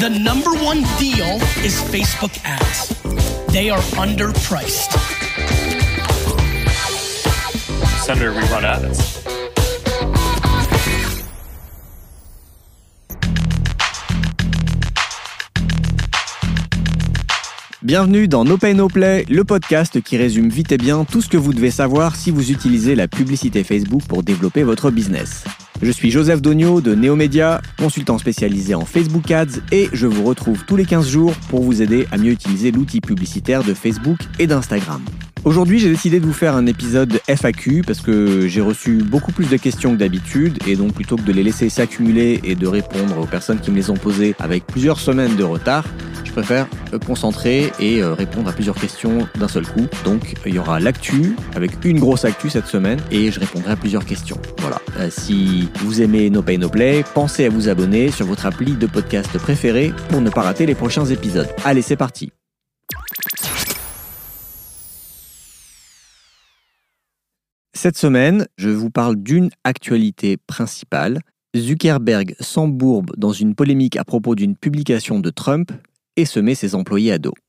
The number one deal is Facebook ads. They are underpriced. Senator, we run ads. Bienvenue dans No Pay No Play, le podcast qui résume vite et bien tout ce que vous devez savoir si vous utilisez la publicité Facebook pour développer votre business. Je suis Joseph Dogno de Neomédia, consultant spécialisé en Facebook Ads et je vous retrouve tous les 15 jours pour vous aider à mieux utiliser l'outil publicitaire de Facebook et d'Instagram. Aujourd'hui, j'ai décidé de vous faire un épisode FAQ parce que j'ai reçu beaucoup plus de questions que d'habitude et donc plutôt que de les laisser s'accumuler et de répondre aux personnes qui me les ont posées avec plusieurs semaines de retard, je préfère concentrer et répondre à plusieurs questions d'un seul coup. Donc il y aura l'actu avec une grosse actu cette semaine et je répondrai à plusieurs questions. Voilà. Si vous aimez No Pay No Play, pensez à vous abonner sur votre appli de podcast préférée pour ne pas rater les prochains épisodes. Allez, c'est parti. Cette semaine, je vous parle d'une actualité principale. Zuckerberg s'embourbe dans une polémique à propos d'une publication de Trump et se met ses employés à dos.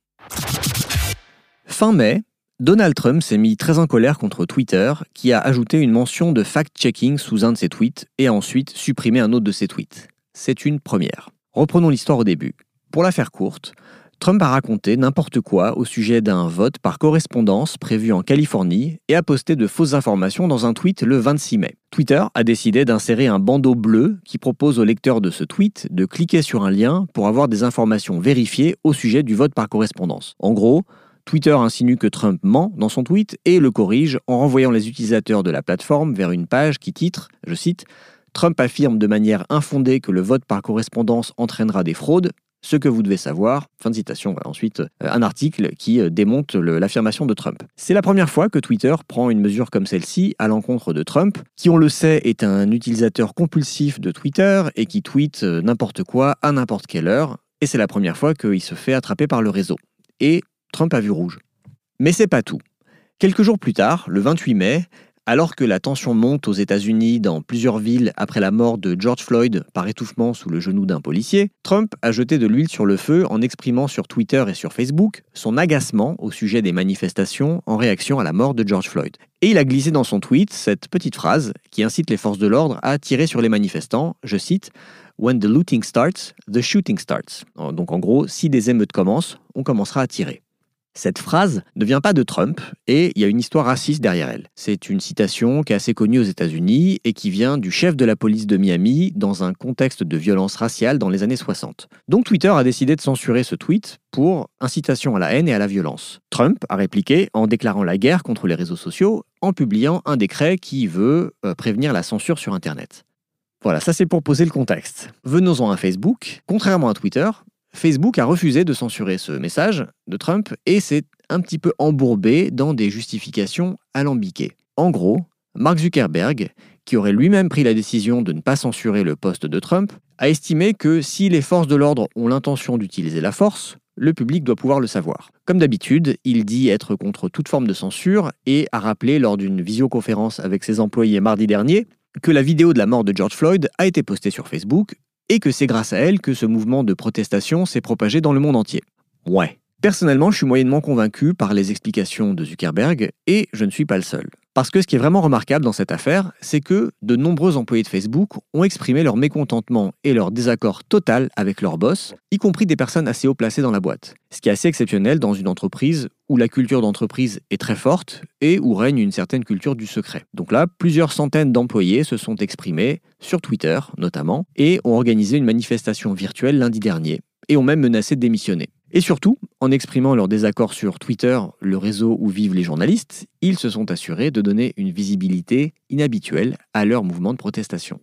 Fin mai, Donald Trump s'est mis très en colère contre Twitter, qui a ajouté une mention de fact-checking sous un de ses tweets et a ensuite supprimé un autre de ses tweets. C'est une première. Reprenons l'histoire au début. Pour la faire courte, Trump a raconté n'importe quoi au sujet d'un vote par correspondance prévu en Californie et a posté de fausses informations dans un tweet le 26 mai. Twitter a décidé d'insérer un bandeau bleu qui propose au lecteur de ce tweet de cliquer sur un lien pour avoir des informations vérifiées au sujet du vote par correspondance. En gros, Twitter insinue que Trump ment dans son tweet et le corrige en renvoyant les utilisateurs de la plateforme vers une page qui titre, je cite, « Trump affirme de manière infondée que le vote par correspondance entraînera des fraudes. Ce que vous devez savoir », fin de citation. Voilà, ensuite, un article qui démonte l'affirmation de Trump. C'est la première fois que Twitter prend une mesure comme celle-ci à l'encontre de Trump, qui, on le sait, est un utilisateur compulsif de Twitter et qui tweete n'importe quoi à n'importe quelle heure. Et c'est la première fois qu'il se fait attraper par le réseau. Et Trump a vu rouge. Mais c'est pas tout. Quelques jours plus tard, le 28 mai, alors que la tension monte aux États-Unis dans plusieurs villes après la mort de George Floyd par étouffement sous le genou d'un policier, Trump a jeté de l'huile sur le feu en exprimant sur Twitter et sur Facebook son agacement au sujet des manifestations en réaction à la mort de George Floyd. Et il a glissé dans son tweet cette petite phrase qui incite les forces de l'ordre à tirer sur les manifestants, je cite, « When the looting starts, the shooting starts ». Donc en gros, si des émeutes commencent, on commencera à tirer. Cette phrase ne vient pas de Trump et il y a une histoire raciste derrière elle. C'est une citation qui est assez connue aux États-Unis et qui vient du chef de la police de Miami dans un contexte de violence raciale dans les années 60. Donc Twitter a décidé de censurer ce tweet pour incitation à la haine et à la violence. Trump a répliqué en déclarant la guerre contre les réseaux sociaux en publiant un décret qui veut prévenir la censure sur Internet. Voilà, ça c'est pour poser le contexte. Venons-en à Facebook. Contrairement à Twitter, Facebook a refusé de censurer ce message de Trump et s'est un petit peu embourbé dans des justifications alambiquées. En gros, Mark Zuckerberg, qui aurait lui-même pris la décision de ne pas censurer le post de Trump, a estimé que si les forces de l'ordre ont l'intention d'utiliser la force, le public doit pouvoir le savoir. Comme d'habitude, il dit être contre toute forme de censure et a rappelé lors d'une visioconférence avec ses employés mardi dernier que la vidéo de la mort de George Floyd a été postée sur Facebook et que c'est grâce à elle que ce mouvement de protestation s'est propagé dans le monde entier. Ouais. Personnellement, je suis moyennement convaincu par les explications de Zuckerberg et je ne suis pas le seul. Parce que ce qui est vraiment remarquable dans cette affaire, c'est que de nombreux employés de Facebook ont exprimé leur mécontentement et leur désaccord total avec leur boss, y compris des personnes assez haut placées dans la boîte. Ce qui est assez exceptionnel dans une entreprise où la culture d'entreprise est très forte et où règne une certaine culture du secret. Donc là, plusieurs centaines d'employés se sont exprimés, sur Twitter notamment, et ont organisé une manifestation virtuelle lundi dernier, et ont même menacé de démissionner. Et surtout, en exprimant leur désaccord sur Twitter, le réseau où vivent les journalistes, ils se sont assurés de donner une visibilité inhabituelle à leur mouvement de protestation.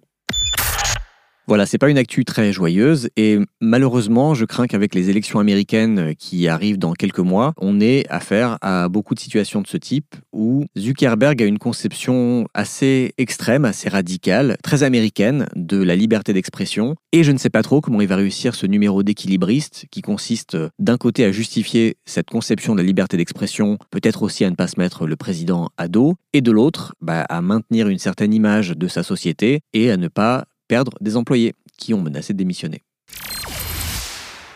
Voilà, c'est pas une actu très joyeuse et malheureusement, je crains qu'avec les élections américaines qui arrivent dans quelques mois, on ait affaire à beaucoup de situations de ce type où Zuckerberg a une conception assez extrême, assez radicale, très américaine de la liberté d'expression et je ne sais pas trop comment il va réussir ce numéro d'équilibriste qui consiste d'un côté à justifier cette conception de la liberté d'expression, peut-être aussi à ne pas se mettre le président à dos et de l'autre, à maintenir une certaine image de sa société et à ne pas perdre des employés qui ont menacé de démissionner.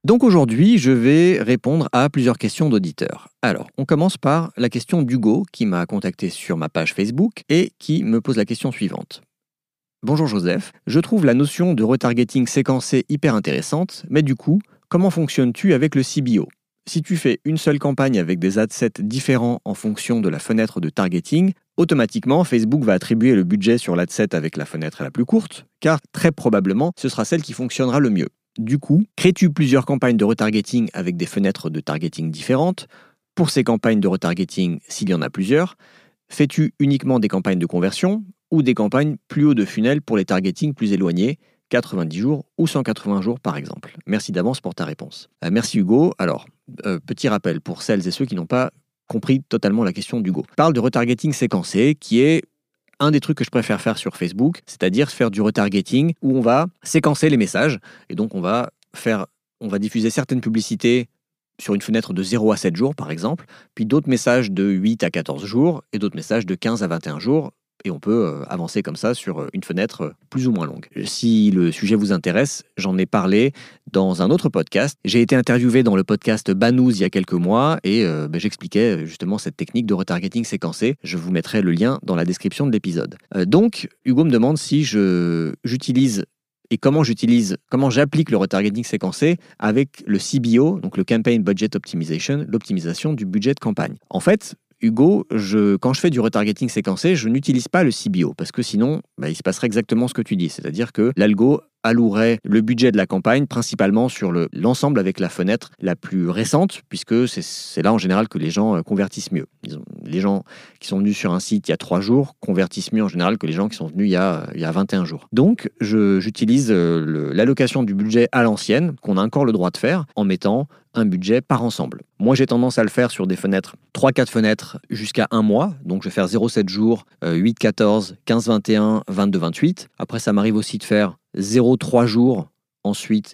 Donc aujourd'hui, je vais répondre à plusieurs questions d'auditeurs. Alors, on commence par la question d'Hugo qui m'a contacté sur ma page Facebook et qui me pose la question suivante. Bonjour Joseph, je trouve la notion de retargeting séquencé hyper intéressante, mais du coup, comment fonctionnes-tu avec le CBO ? Si tu fais une seule campagne avec des adsets différents en fonction de la fenêtre de targeting, automatiquement, Facebook va attribuer le budget sur l'adset avec la fenêtre la plus courte, car très probablement, ce sera celle qui fonctionnera le mieux. Du coup, crées-tu plusieurs campagnes de retargeting avec des fenêtres de targeting différentes ? Pour ces campagnes de retargeting, s'il y en a plusieurs, fais-tu uniquement des campagnes de conversion ou des campagnes plus haut de funnel pour les targetings plus éloignés, 90 jours ou 180 jours par exemple ? Merci d'avance pour ta réponse. Merci Hugo. Alors, petit rappel pour celles et ceux qui n'ont pas compris totalement la question d'Hugo. Je parle de retargeting séquencé qui est un des trucs que je préfère faire sur Facebook, c'est-à-dire faire du retargeting où on va séquencer les messages et donc on va diffuser certaines publicités sur une fenêtre de 0 à 7 jours par exemple, puis d'autres messages de 8 à 14 jours et d'autres messages de 15 à 21 jours. Et on peut avancer comme ça sur une fenêtre plus ou moins longue. Si le sujet vous intéresse, j'en ai parlé dans un autre podcast. J'ai été interviewé dans le podcast Banous il y a quelques mois et j'expliquais justement cette technique de retargeting séquencé. Je vous mettrai le lien dans la description de l'épisode. Donc, Hugo me demande si j'utilise et comment j'applique le retargeting séquencé avec le CBO, donc le Campaign Budget Optimization, l'optimisation du budget de campagne. En fait, Hugo, quand je fais du retargeting séquencé, je n'utilise pas le CBO parce que sinon, il se passerait exactement ce que tu dis. C'est-à-dire que l'algo allouerait le budget de la campagne principalement sur l'ensemble avec la fenêtre la plus récente puisque c'est là en général que les gens convertissent mieux. Les gens qui sont venus sur un site il y a 3 jours convertissent mieux en général que les gens qui sont venus il y a 21 jours. Donc, j'utilise l'allocation du budget à l'ancienne qu'on a encore le droit de faire en mettant un budget par ensemble. Moi, j'ai tendance à le faire sur des fenêtres, 3-4 fenêtres jusqu'à 1 mois. Donc, je vais faire 0-7 jours, 8-14, 15-21, 22-28. Après, ça m'arrive aussi de faire 0-3 jours, ensuite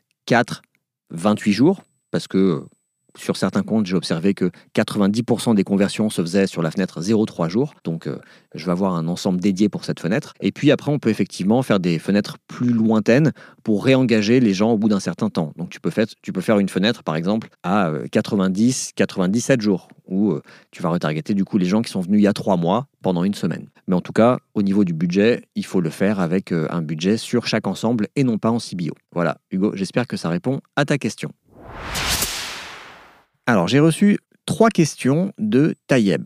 4-28 jours, parce que sur certains comptes, j'ai observé que 90% des conversions se faisaient sur la fenêtre 0-3 jours. Donc, je vais avoir un ensemble dédié pour cette fenêtre. Et puis après, on peut effectivement faire des fenêtres plus lointaines pour réengager les gens au bout d'un certain temps. Donc, tu peux faire une fenêtre, par exemple, à 90-97 jours, où tu vas retargeter du coup les gens qui sont venus il y a 3 mois pendant une semaine. Mais en tout cas, au niveau du budget, il faut le faire avec un budget sur chaque ensemble et non pas en CBO. Voilà, Hugo, j'espère que ça répond à ta question. Alors, j'ai reçu 3 questions de Tayeb.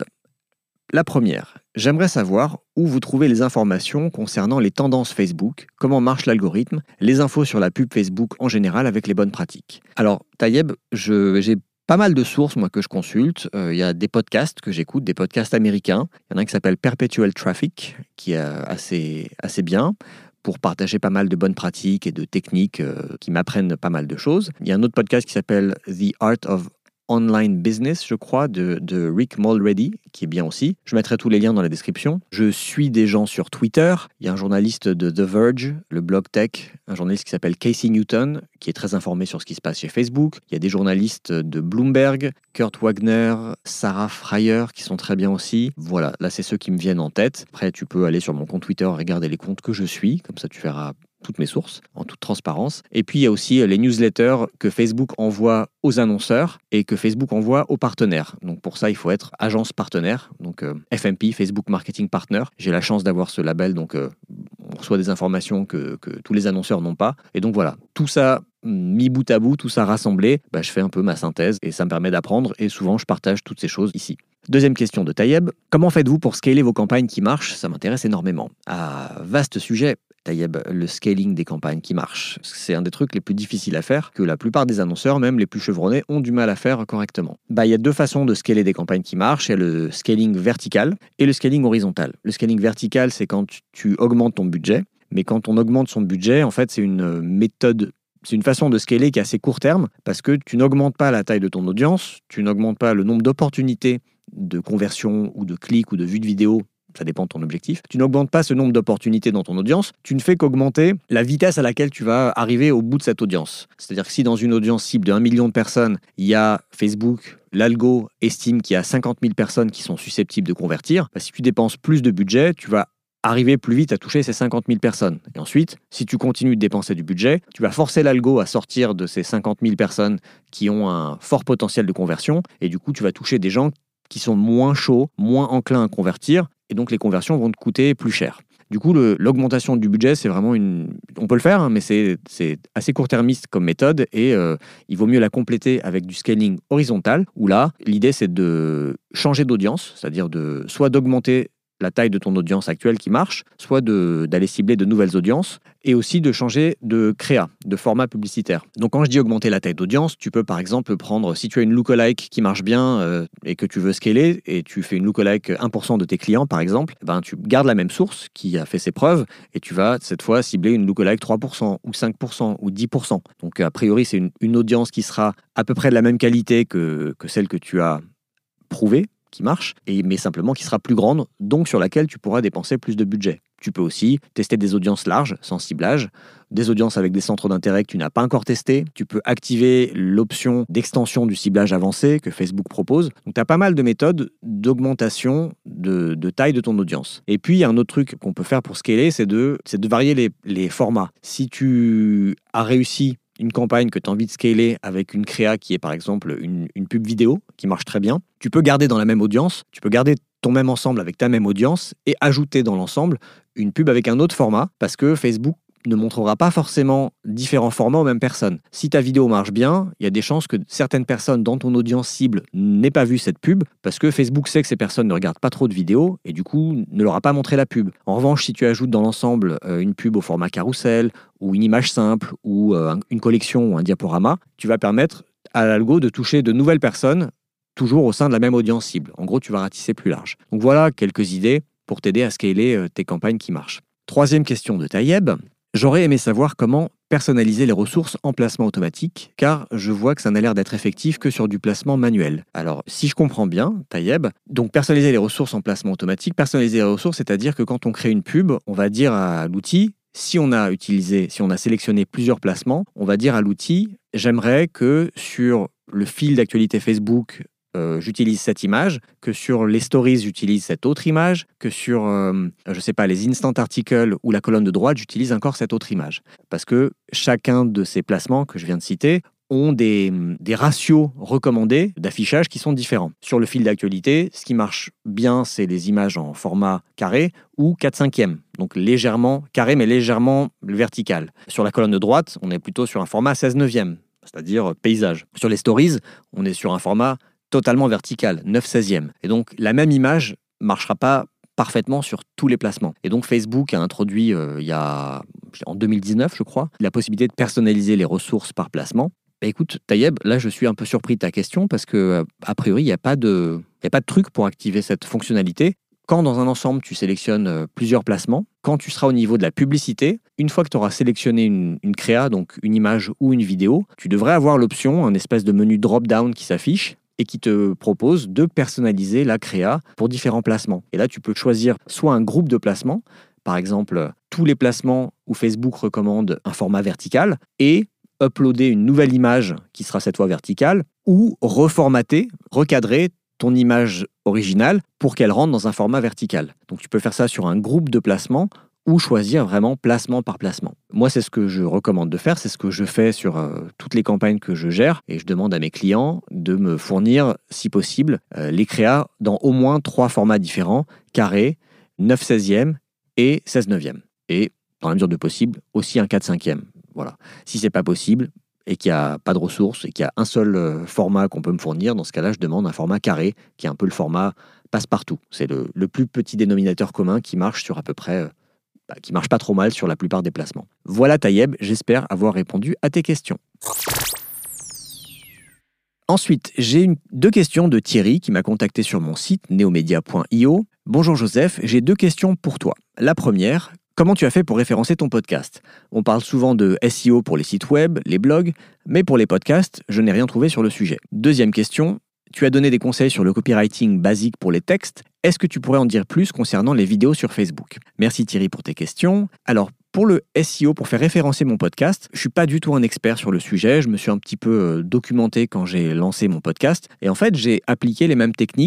La première, j'aimerais savoir où vous trouvez les informations concernant les tendances Facebook, comment marche l'algorithme, les infos sur la pub Facebook en général avec les bonnes pratiques. Alors, Tayeb, j'ai pas mal de sources moi que je consulte. Il y a des podcasts que j'écoute, des podcasts américains. Il y en a un qui s'appelle Perpetual Traffic, qui est assez bien, pour partager pas mal de bonnes pratiques et de techniques qui m'apprennent pas mal de choses. Il y a un autre podcast qui s'appelle The Art of Online Business, je crois, de Rick Mulready, qui est bien aussi. Je mettrai tous les liens dans la description. Je suis des gens sur Twitter. Il y a un journaliste de The Verge, le blog tech, un journaliste qui s'appelle Casey Newton, qui est très informé sur ce qui se passe chez Facebook. Il y a des journalistes de Bloomberg, Kurt Wagner, Sarah Fryer, qui sont très bien aussi. Voilà, là, c'est ceux qui me viennent en tête. Après, tu peux aller sur mon compte Twitter, regarder les comptes que je suis. Comme ça, tu verras toutes mes sources, en toute transparence. Et puis, il y a aussi les newsletters que Facebook envoie aux annonceurs et que Facebook envoie aux partenaires. Donc, pour ça, il faut être agence partenaire, donc FMP, Facebook Marketing Partner. J'ai la chance d'avoir ce label, donc on reçoit des informations que tous les annonceurs n'ont pas. Et donc, voilà, tout ça mis bout à bout, tout ça rassemblé, je fais un peu ma synthèse et ça me permet d'apprendre et souvent, je partage toutes ces choses ici. Deuxième question de Tayeb. Comment faites-vous pour scaler vos campagnes qui marchent ? Ça m'intéresse énormément. Vaste sujet. Tayeb, le scaling des campagnes qui marchent. C'est un des trucs les plus difficiles à faire, que la plupart des annonceurs, même les plus chevronnés, ont du mal à faire correctement. Il y a 2 façons de scaler des campagnes qui marchent. Il y a le scaling vertical et le scaling horizontal. Le scaling vertical, c'est quand tu augmentes ton budget. Mais quand on augmente son budget, en fait, c'est une méthode, c'est une façon de scaler qui est assez court terme parce que tu n'augmentes pas la taille de ton audience, tu n'augmentes pas le nombre d'opportunités de conversion ou de clics ou de vues de vidéo. Ça dépend de ton objectif. Tu n'augmentes pas ce nombre d'opportunités dans ton audience, tu ne fais qu'augmenter la vitesse à laquelle tu vas arriver au bout de cette audience. C'est-à-dire que si dans une audience cible de 1 million de personnes, il y a Facebook, l'algo estime qu'il y a 50 000 personnes qui sont susceptibles de convertir, si tu dépenses plus de budget, tu vas arriver plus vite à toucher ces 50 000 personnes. Et ensuite, si tu continues de dépenser du budget, tu vas forcer l'algo à sortir de ces 50 000 personnes qui ont un fort potentiel de conversion, et du coup, tu vas toucher des gens qui sont moins chauds, moins enclins à convertir, et donc les conversions vont te coûter plus cher. Du coup, l'augmentation du budget, c'est vraiment on peut le faire, hein, mais c'est assez court-termiste comme méthode, et il vaut mieux la compléter avec du scaling horizontal, où là, l'idée, c'est de changer d'audience, c'est-à-dire soit d'augmenter la taille de ton audience actuelle qui marche, soit d'aller cibler de nouvelles audiences, et aussi de changer de créa, de format publicitaire. Donc quand je dis augmenter la taille d'audience, tu peux par exemple prendre, si tu as une lookalike qui marche bien et que tu veux scaler, et tu fais une lookalike 1% de tes clients par exemple, ben, tu gardes la même source qui a fait ses preuves, et tu vas cette fois cibler une lookalike 3%, ou 5%, ou 10%. Donc a priori c'est une audience qui sera à peu près de la même qualité que celle que tu as prouvée, qui marche, mais simplement qui sera plus grande, donc sur laquelle tu pourras dépenser plus de budget. Tu peux aussi tester des audiences larges, sans ciblage, des audiences avec des centres d'intérêt que tu n'as pas encore testés. Tu peux activer l'option d'extension du ciblage avancé que Facebook propose. Donc tu as pas mal de méthodes d'augmentation de taille de ton audience. Et puis il y a un autre truc qu'on peut faire pour scaler, c'est de varier les formats. Si tu as réussi une campagne que tu as envie de scaler avec une créa qui est par exemple une pub vidéo qui marche très bien, tu peux garder dans la même audience, tu peux garder ton même ensemble avec ta même audience et ajouter dans l'ensemble une pub avec un autre format parce que Facebook ne montrera pas forcément différents formats aux mêmes personnes. Si ta vidéo marche bien, il y a des chances que certaines personnes dans ton audience cible n'aient pas vu cette pub parce que Facebook sait que ces personnes ne regardent pas trop de vidéos et du coup ne leur a pas montré la pub. En revanche, si tu ajoutes dans l'ensemble une pub au format carrousel ou une image simple ou une collection ou un diaporama, tu vas permettre à l'algo de toucher de nouvelles personnes toujours au sein de la même audience cible. En gros, tu vas ratisser plus large. Donc voilà quelques idées pour t'aider à scaler tes campagnes qui marchent. Troisième question de Tayeb. J'aurais aimé savoir comment personnaliser les ressources en placement automatique, car je vois que ça n'a l'air d'être effectif que sur du placement manuel. Alors, si je comprends bien, Tayeb, donc personnaliser les ressources en placement automatique, personnaliser les ressources, c'est-à-dire que quand on crée une pub, on va dire à l'outil, si on a sélectionné plusieurs placements, on va dire à l'outil, j'aimerais que sur le fil d'actualité Facebook, j'utilise cette image, que sur les stories, j'utilise cette autre image, que sur, les instant articles ou la colonne de droite, j'utilise encore cette autre image. Parce que chacun de ces placements que je viens de citer ont des ratios recommandés d'affichage qui sont différents. Sur le fil d'actualité, ce qui marche bien, c'est les images en format carré ou 4/5e, donc légèrement carré, mais légèrement vertical. Sur la colonne de droite, on est plutôt sur un format 16/9e, c'est-à-dire paysage. Sur les stories, on est sur un format totalement vertical, 9/16e. Et donc, la même image ne marchera pas parfaitement sur tous les placements. Et donc, Facebook a introduit, en 2019, je crois, la possibilité de personnaliser les ressources par placement. Et écoute, Tayeb, là, je suis un peu surpris de ta question parce que, a priori, il n'y a pas de truc pour activer cette fonctionnalité. Quand dans un ensemble, tu sélectionnes plusieurs placements, quand tu seras au niveau de la publicité, une fois que tu auras sélectionné une créa, donc une image ou une vidéo, tu devrais avoir l'option, un espèce de menu drop-down qui s'affiche et qui te propose de personnaliser la créa pour différents placements. Et là, tu peux choisir soit un groupe de placements, par exemple, tous les placements où Facebook recommande un format vertical, et uploader une nouvelle image qui sera cette fois verticale, ou reformater, recadrer ton image originale pour qu'elle rentre dans un format vertical. Donc tu peux faire ça sur un groupe de placements ou choisir vraiment placement par placement. Moi, c'est ce que je recommande de faire, c'est ce que je fais sur toutes les campagnes que je gère, et je demande à mes clients de me fournir, si possible, les créas dans au moins 3 formats différents, carré, 9/16e et 16/9e. Et, dans la mesure de possible, aussi un 4/5e. Voilà. Si c'est pas possible, et qu'il n'y a pas de ressources, et qu'il y a un seul format qu'on peut me fournir, dans ce cas-là, je demande un format carré, qui est un peu le format passe-partout. C'est le plus petit dénominateur commun qui marche sur à peu près... qui marche pas trop mal sur la plupart des placements. Voilà Tayeb, j'espère avoir répondu à tes questions. Ensuite, j'ai 2 questions de Thierry qui m'a contacté sur mon site neomedia.io. Bonjour Joseph, j'ai 2 questions pour toi. La première, comment tu as fait pour référencer ton podcast ? On parle souvent de SEO pour les sites web, les blogs, mais pour les podcasts, je n'ai rien trouvé sur le sujet. Deuxième question, tu as donné des conseils sur le copywriting basique pour les textes. Est-ce que tu pourrais en dire plus concernant les vidéos sur Facebook ? Merci Thierry pour tes questions. Alors, pour le SEO, pour faire référencer mon podcast, je ne suis pas du tout un expert sur le sujet. Je me suis un petit peu documenté quand j'ai lancé mon podcast. Et en fait, j'ai appliqué les mêmes techniques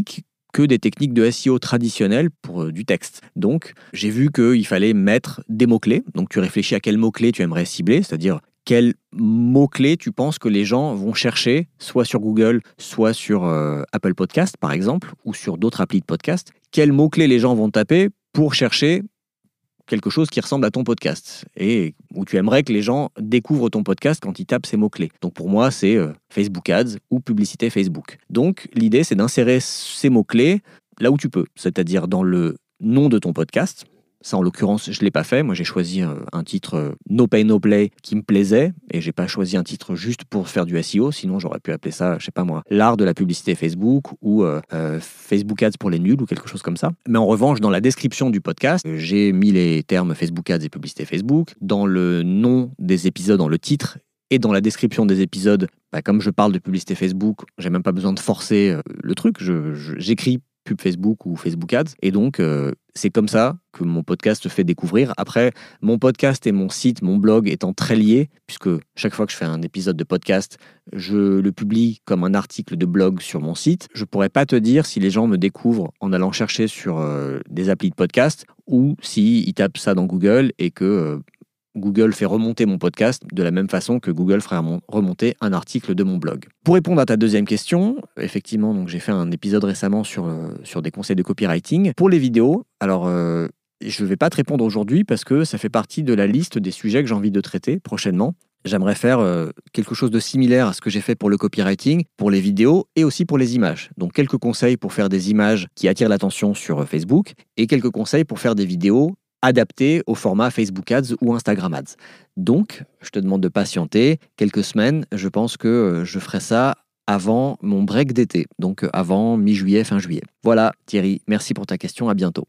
que des techniques de SEO traditionnelles pour du texte. Donc, j'ai vu qu'il fallait mettre des mots-clés. Donc, tu réfléchis à quels mots-clés tu aimerais cibler, c'est-à-dire quels mots-clés tu penses que les gens vont chercher, soit sur Google, soit sur Apple Podcast, par exemple, ou sur d'autres applis de podcast. Quels mots-clés les gens vont taper pour chercher quelque chose qui ressemble à ton podcast et où tu aimerais que les gens découvrent ton podcast quand ils tapent ces mots-clés. Donc pour moi, c'est Facebook Ads ou publicité Facebook. Donc l'idée, c'est d'insérer ces mots-clés là où tu peux, c'est-à-dire dans le nom de ton podcast. Ça, en l'occurrence, je ne l'ai pas fait. Moi, j'ai choisi un titre No Pay No Play qui me plaisait et je n'ai pas choisi un titre juste pour faire du SEO. Sinon, j'aurais pu appeler ça, je sais pas moi, l'art de la publicité Facebook ou Facebook Ads pour les nuls ou quelque chose comme ça. Mais en revanche, dans la description du podcast, j'ai mis les termes Facebook Ads et publicité Facebook. Dans le nom des épisodes, dans le titre et dans la description des épisodes, comme je parle de publicité Facebook, j'ai même pas besoin de forcer le truc. J'écris pub Facebook ou Facebook Ads. Et donc, c'est comme ça que mon podcast se fait découvrir. Après, mon podcast et mon site, mon blog étant très liés, puisque chaque fois que je fais un épisode de podcast, je le publie comme un article de blog sur mon site. Je pourrais pas te dire si les gens me découvrent en allant chercher sur des applis de podcast ou s'ils tapent ça dans Google et que Google fait remonter mon podcast de la même façon que Google fera remonter un article de mon blog. Pour répondre à ta deuxième question, effectivement, donc j'ai fait un épisode récemment sur des conseils de copywriting. Pour les vidéos, alors je ne vais pas te répondre aujourd'hui parce que ça fait partie de la liste des sujets que j'ai envie de traiter prochainement. J'aimerais faire quelque chose de similaire à ce que j'ai fait pour le copywriting, pour les vidéos et aussi pour les images. Donc quelques conseils pour faire des images qui attirent l'attention sur Facebook et quelques conseils pour faire des vidéos adapté au format Facebook Ads ou Instagram Ads. Donc, je te demande de patienter quelques semaines. Je pense que je ferai ça avant mon break d'été, donc avant mi-juillet, fin juillet. Voilà, Thierry, merci pour ta question, à bientôt.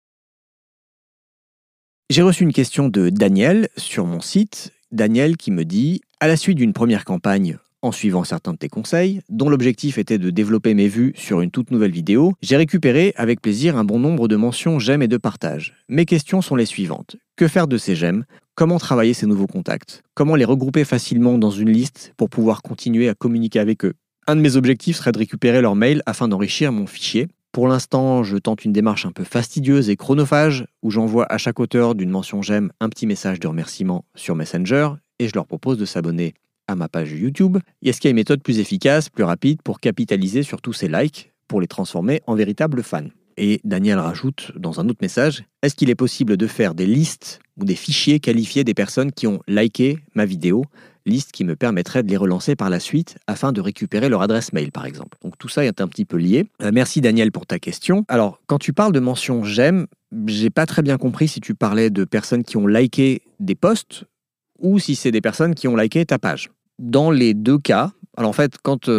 J'ai reçu une question de Daniel sur mon site. Daniel qui me dit « À la suite d'une première campagne en suivant certains de tes conseils, dont l'objectif était de développer mes vues sur une toute nouvelle vidéo, j'ai récupéré avec plaisir un bon nombre de mentions j'aime et de partages. Mes questions sont les suivantes. Que faire de ces j'aime ? Comment travailler ces nouveaux contacts ? Comment les regrouper facilement dans une liste pour pouvoir continuer à communiquer avec eux ? Un de mes objectifs serait de récupérer leurs mails afin d'enrichir mon fichier. Pour l'instant, je tente une démarche un peu fastidieuse et chronophage où j'envoie à chaque auteur d'une mention j'aime un petit message de remerciement sur Messenger et je leur propose de s'abonner à ma page YouTube. Est-ce qu'il y a une méthode plus efficace, plus rapide pour capitaliser sur tous ces likes, pour les transformer en véritables fans ? Et Daniel rajoute dans un autre message, est-ce qu'il est possible de faire des listes ou des fichiers qualifiés des personnes qui ont liké ma vidéo, liste qui me permettrait de les relancer par la suite afin de récupérer leur adresse mail par exemple. Donc tout ça est un petit peu lié. Merci Daniel pour ta question. Alors quand tu parles de mention j'aime, j'ai pas très bien compris si tu parlais de personnes qui ont liké des posts ou si c'est des personnes qui ont liké ta page. Dans les deux cas, alors en fait,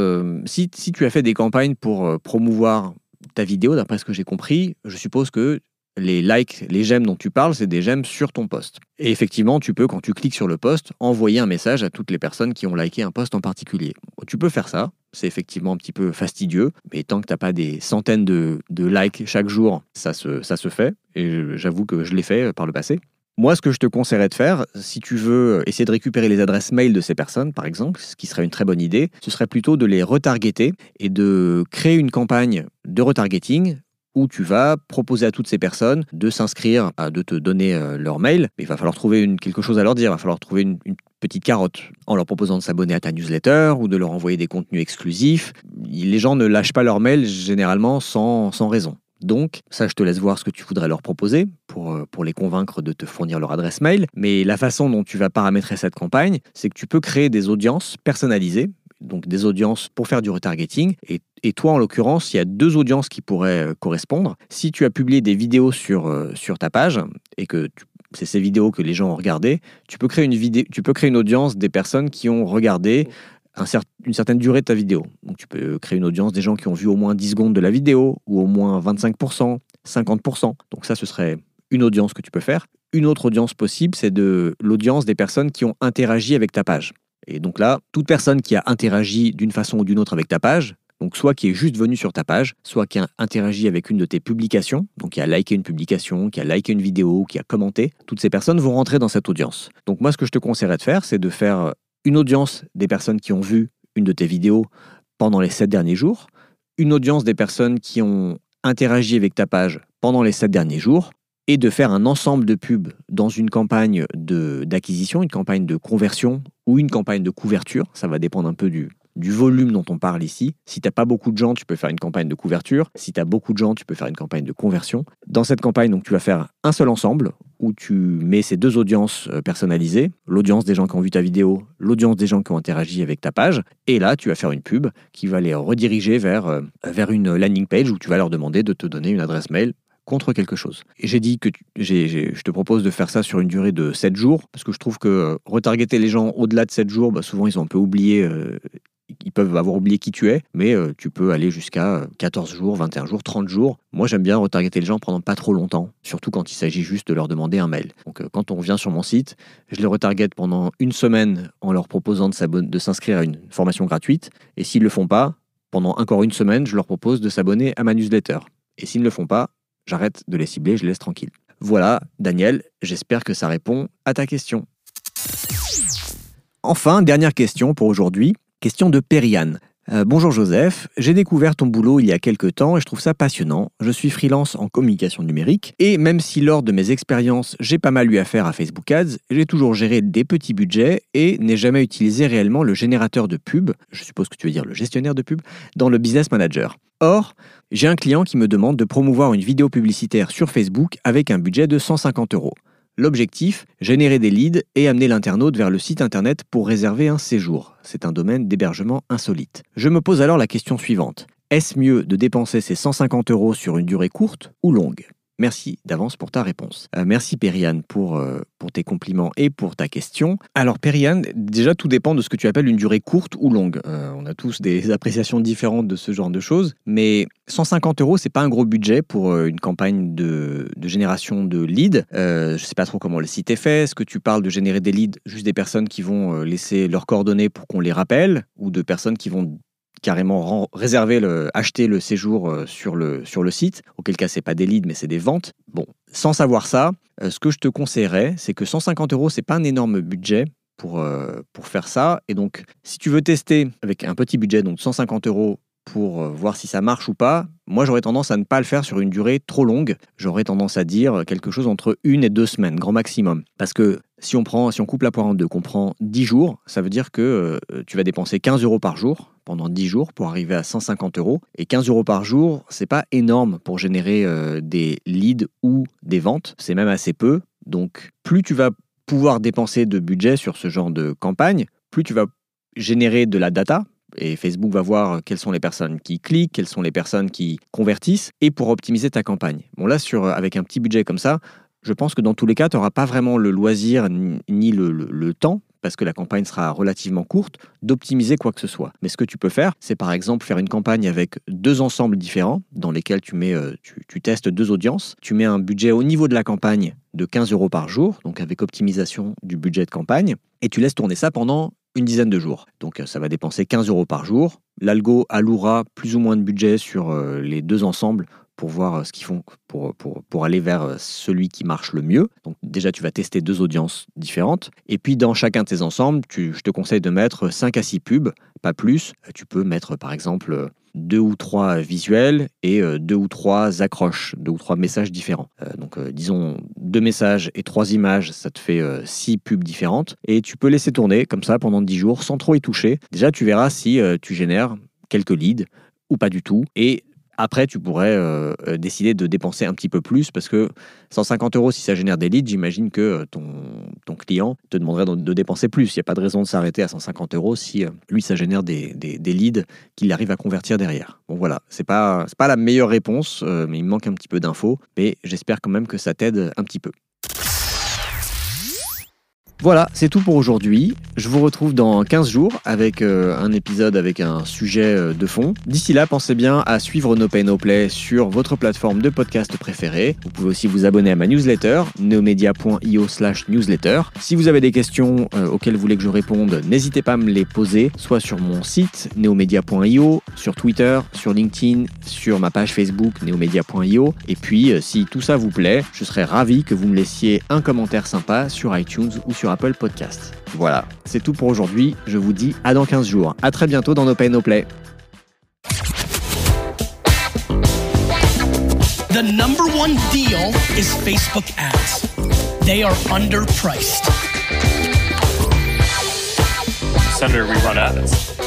si tu as fait des campagnes pour promouvoir ta vidéo, d'après ce que j'ai compris, je suppose que les likes, les j'aime dont tu parles, c'est des j'aime sur ton post. Et effectivement, tu peux, quand tu cliques sur le post, envoyer un message à toutes les personnes qui ont liké un post en particulier. Tu peux faire ça, c'est effectivement un petit peu fastidieux, mais tant que tu n'as pas des centaines de likes chaque jour, ça se fait. Et j'avoue que je l'ai fait par le passé. Moi, ce que je te conseillerais de faire, si tu veux essayer de récupérer les adresses mail de ces personnes, par exemple, ce qui serait une très bonne idée, ce serait plutôt de les retargeter et de créer une campagne de retargeting où tu vas proposer à toutes ces personnes de s'inscrire, de te donner leur mail. Mais il va falloir trouver quelque chose à leur dire, il va falloir trouver une petite carotte en leur proposant de s'abonner à ta newsletter ou de leur envoyer des contenus exclusifs. Les gens ne lâchent pas leur mail généralement sans raison. Donc, ça, je te laisse voir ce que tu voudrais leur proposer pour les convaincre de te fournir leur adresse mail. Mais la façon dont tu vas paramétrer cette campagne, c'est que tu peux créer des audiences personnalisées, donc des audiences pour faire du retargeting. Et toi, en l'occurrence, il y a deux audiences qui pourraient correspondre. Si tu as publié des vidéos sur ta page et que c'est ces vidéos que les gens ont regardées, tu peux créer une audience des personnes qui ont regardé une certaine durée de ta vidéo. Donc tu peux créer une audience des gens qui ont vu au moins 10 secondes de la vidéo ou au moins 25%, 50%. Donc ça, ce serait une audience que tu peux faire. Une autre audience possible, c'est de l'audience des personnes qui ont interagi avec ta page. Et donc là, toute personne qui a interagi d'une façon ou d'une autre avec ta page, donc soit qui est juste venu sur ta page, soit qui a interagi avec une de tes publications, donc qui a liké une publication, qui a liké une vidéo, qui a commenté, toutes ces personnes vont rentrer dans cette audience. Donc moi, ce que je te conseillerais de faire, c'est de faire une audience des personnes qui ont vu une de tes vidéos pendant les 7 derniers jours, une audience des personnes qui ont interagi avec ta page pendant les 7 derniers jours et de faire un ensemble de pubs dans une campagne d'acquisition, une campagne de conversion ou une campagne de couverture. Ça va dépendre un peu du volume dont on parle ici. Si tu n'as pas beaucoup de gens, tu peux faire une campagne de couverture. Si tu as beaucoup de gens, tu peux faire une campagne de conversion. Dans cette campagne, donc, tu vas faire un seul ensemble où tu mets ces 2 audiences personnalisées, l'audience des gens qui ont vu ta vidéo, l'audience des gens qui ont interagi avec ta page. Et là, tu vas faire une pub qui va les rediriger vers une landing page où tu vas leur demander de te donner une adresse mail contre quelque chose. Et j'ai dit que je te propose de faire ça sur une durée de 7 jours, parce que je trouve que retargeter les gens au-delà de 7 jours, souvent ils ont un peu oublié, ils peuvent avoir oublié qui tu es, mais tu peux aller jusqu'à 14 jours, 21 jours, 30 jours. Moi j'aime bien retargeter les gens pendant pas trop longtemps, surtout quand il s'agit juste de leur demander un mail. Donc quand on revient sur mon site, je les retarget pendant une semaine en leur proposant de s'inscrire à une formation gratuite, et s'ils ne le font pas, pendant encore une semaine, je leur propose de s'abonner à ma newsletter. Et s'ils ne le font pas, j'arrête de les cibler, je les laisse tranquilles. Voilà, Daniel, j'espère que ça répond à ta question. Enfin, dernière question pour aujourd'hui, question de Periane. Bonjour Joseph, j'ai découvert ton boulot il y a quelques temps et je trouve ça passionnant. Je suis freelance en communication numérique et même si lors de mes expériences, j'ai pas mal eu affaire à Facebook Ads, j'ai toujours géré des petits budgets et n'ai jamais utilisé réellement le générateur de pub, je suppose que tu veux dire le gestionnaire de pub, dans le Business Manager. Or, j'ai un client qui me demande de promouvoir une vidéo publicitaire sur Facebook avec un budget de 150 €. L'objectif, générer des leads et amener l'internaute vers le site internet pour réserver un séjour. C'est un domaine d'hébergement insolite. Je me pose alors la question suivante. Est-ce mieux de dépenser ces 150 € sur une durée courte ou longue ? Merci d'avance pour ta réponse. Merci Periane pour tes compliments et pour ta question. Alors Periane, déjà tout dépend de ce que tu appelles une durée courte ou longue. On a tous des appréciations différentes de ce genre de choses, mais 150 €, c'est pas un gros budget pour une campagne de génération de leads. Je sais pas trop comment le site est fait. Est-ce que tu parles de générer des leads, juste des personnes qui vont laisser leurs coordonnées pour qu'on les rappelle, ou de personnes qui vont carrément acheter le séjour sur le site, auquel cas c'est pas des leads mais c'est des ventes. Bon, sans savoir ça, ce que je te conseillerais, c'est que 150 € c'est pas un énorme budget pour faire ça, et donc si tu veux tester avec un petit budget, donc 150 € pour voir si ça marche ou pas, moi j'aurais tendance à ne pas le faire sur une durée trop longue. J'aurais tendance à dire quelque chose entre 1 et 2 semaines, grand maximum. Parce que si on coupe la poire en deux, qu'on prend 10 jours, ça veut dire que tu vas dépenser 15 € par jour pendant 10 jours pour arriver à 150 €. Et 15 € par jour, c'est pas énorme pour générer des leads ou des ventes. C'est même assez peu. Donc plus tu vas pouvoir dépenser de budget sur ce genre de campagne, plus tu vas générer de la data. Et Facebook va voir quelles sont les personnes qui cliquent, quelles sont les personnes qui convertissent, et pour optimiser ta campagne. Bon là, avec un petit budget comme ça, je pense que dans tous les cas, tu n'auras pas vraiment le loisir ni le temps, parce que la campagne sera relativement courte, d'optimiser quoi que ce soit. Mais ce que tu peux faire, c'est par exemple faire une campagne avec 2 ensembles différents, dans lesquels tu testes 2 audiences, tu mets un budget au niveau de la campagne de 15 € par jour, donc avec optimisation du budget de campagne, et tu laisses tourner ça pendant une dizaine de jours. Donc ça va dépenser 15 € par jour. L'algo allouera plus ou moins de budget sur les 2 ensembles pour voir ce qu'ils font, pour aller vers celui qui marche le mieux. Donc déjà, tu vas tester 2 audiences différentes. Et puis dans chacun de ces ensembles, je te conseille de mettre 5 à 6 pubs, pas plus. Tu peux mettre par exemple 2 ou 3 visuels et 2 ou 3 accroches, 2 ou 3 messages différents. Donc disons 2 messages et 3 images, ça te fait 6 pubs différentes. Et tu peux laisser tourner comme ça pendant 10 jours sans trop y toucher. Déjà, tu verras si tu génères quelques leads ou pas du tout. Et après, tu pourrais décider de dépenser un petit peu plus, parce que 150 €, si ça génère des leads, j'imagine que ton client te demanderait de dépenser plus. Il n'y a pas de raison de s'arrêter à 150 € si lui, ça génère des leads qu'il arrive à convertir derrière. Bon voilà, c'est pas la meilleure réponse, mais il me manque un petit peu d'infos. Mais j'espère quand même que ça t'aide un petit peu. Voilà, c'est tout pour aujourd'hui. Je vous retrouve dans 15 jours avec un épisode avec un sujet de fond. D'ici là, pensez bien à suivre No Pay No Play sur votre plateforme de podcast préférée. Vous pouvez aussi vous abonner à ma newsletter, neomedia.io/newsletter. Si vous avez des questions auxquelles vous voulez que je réponde, n'hésitez pas à me les poser, soit sur mon site, neomedia.io, sur Twitter, sur LinkedIn, sur ma page Facebook, neomedia.io. Et puis, si tout ça vous plaît, je serais ravi que vous me laissiez un commentaire sympa sur iTunes ou sur Apple Podcast. Voilà, c'est tout pour aujourd'hui. Je vous dis à dans 15 jours. À très bientôt dans No Pay No Play. The number one deal is Facebook ads. They are underpriced. Senator, we run ads.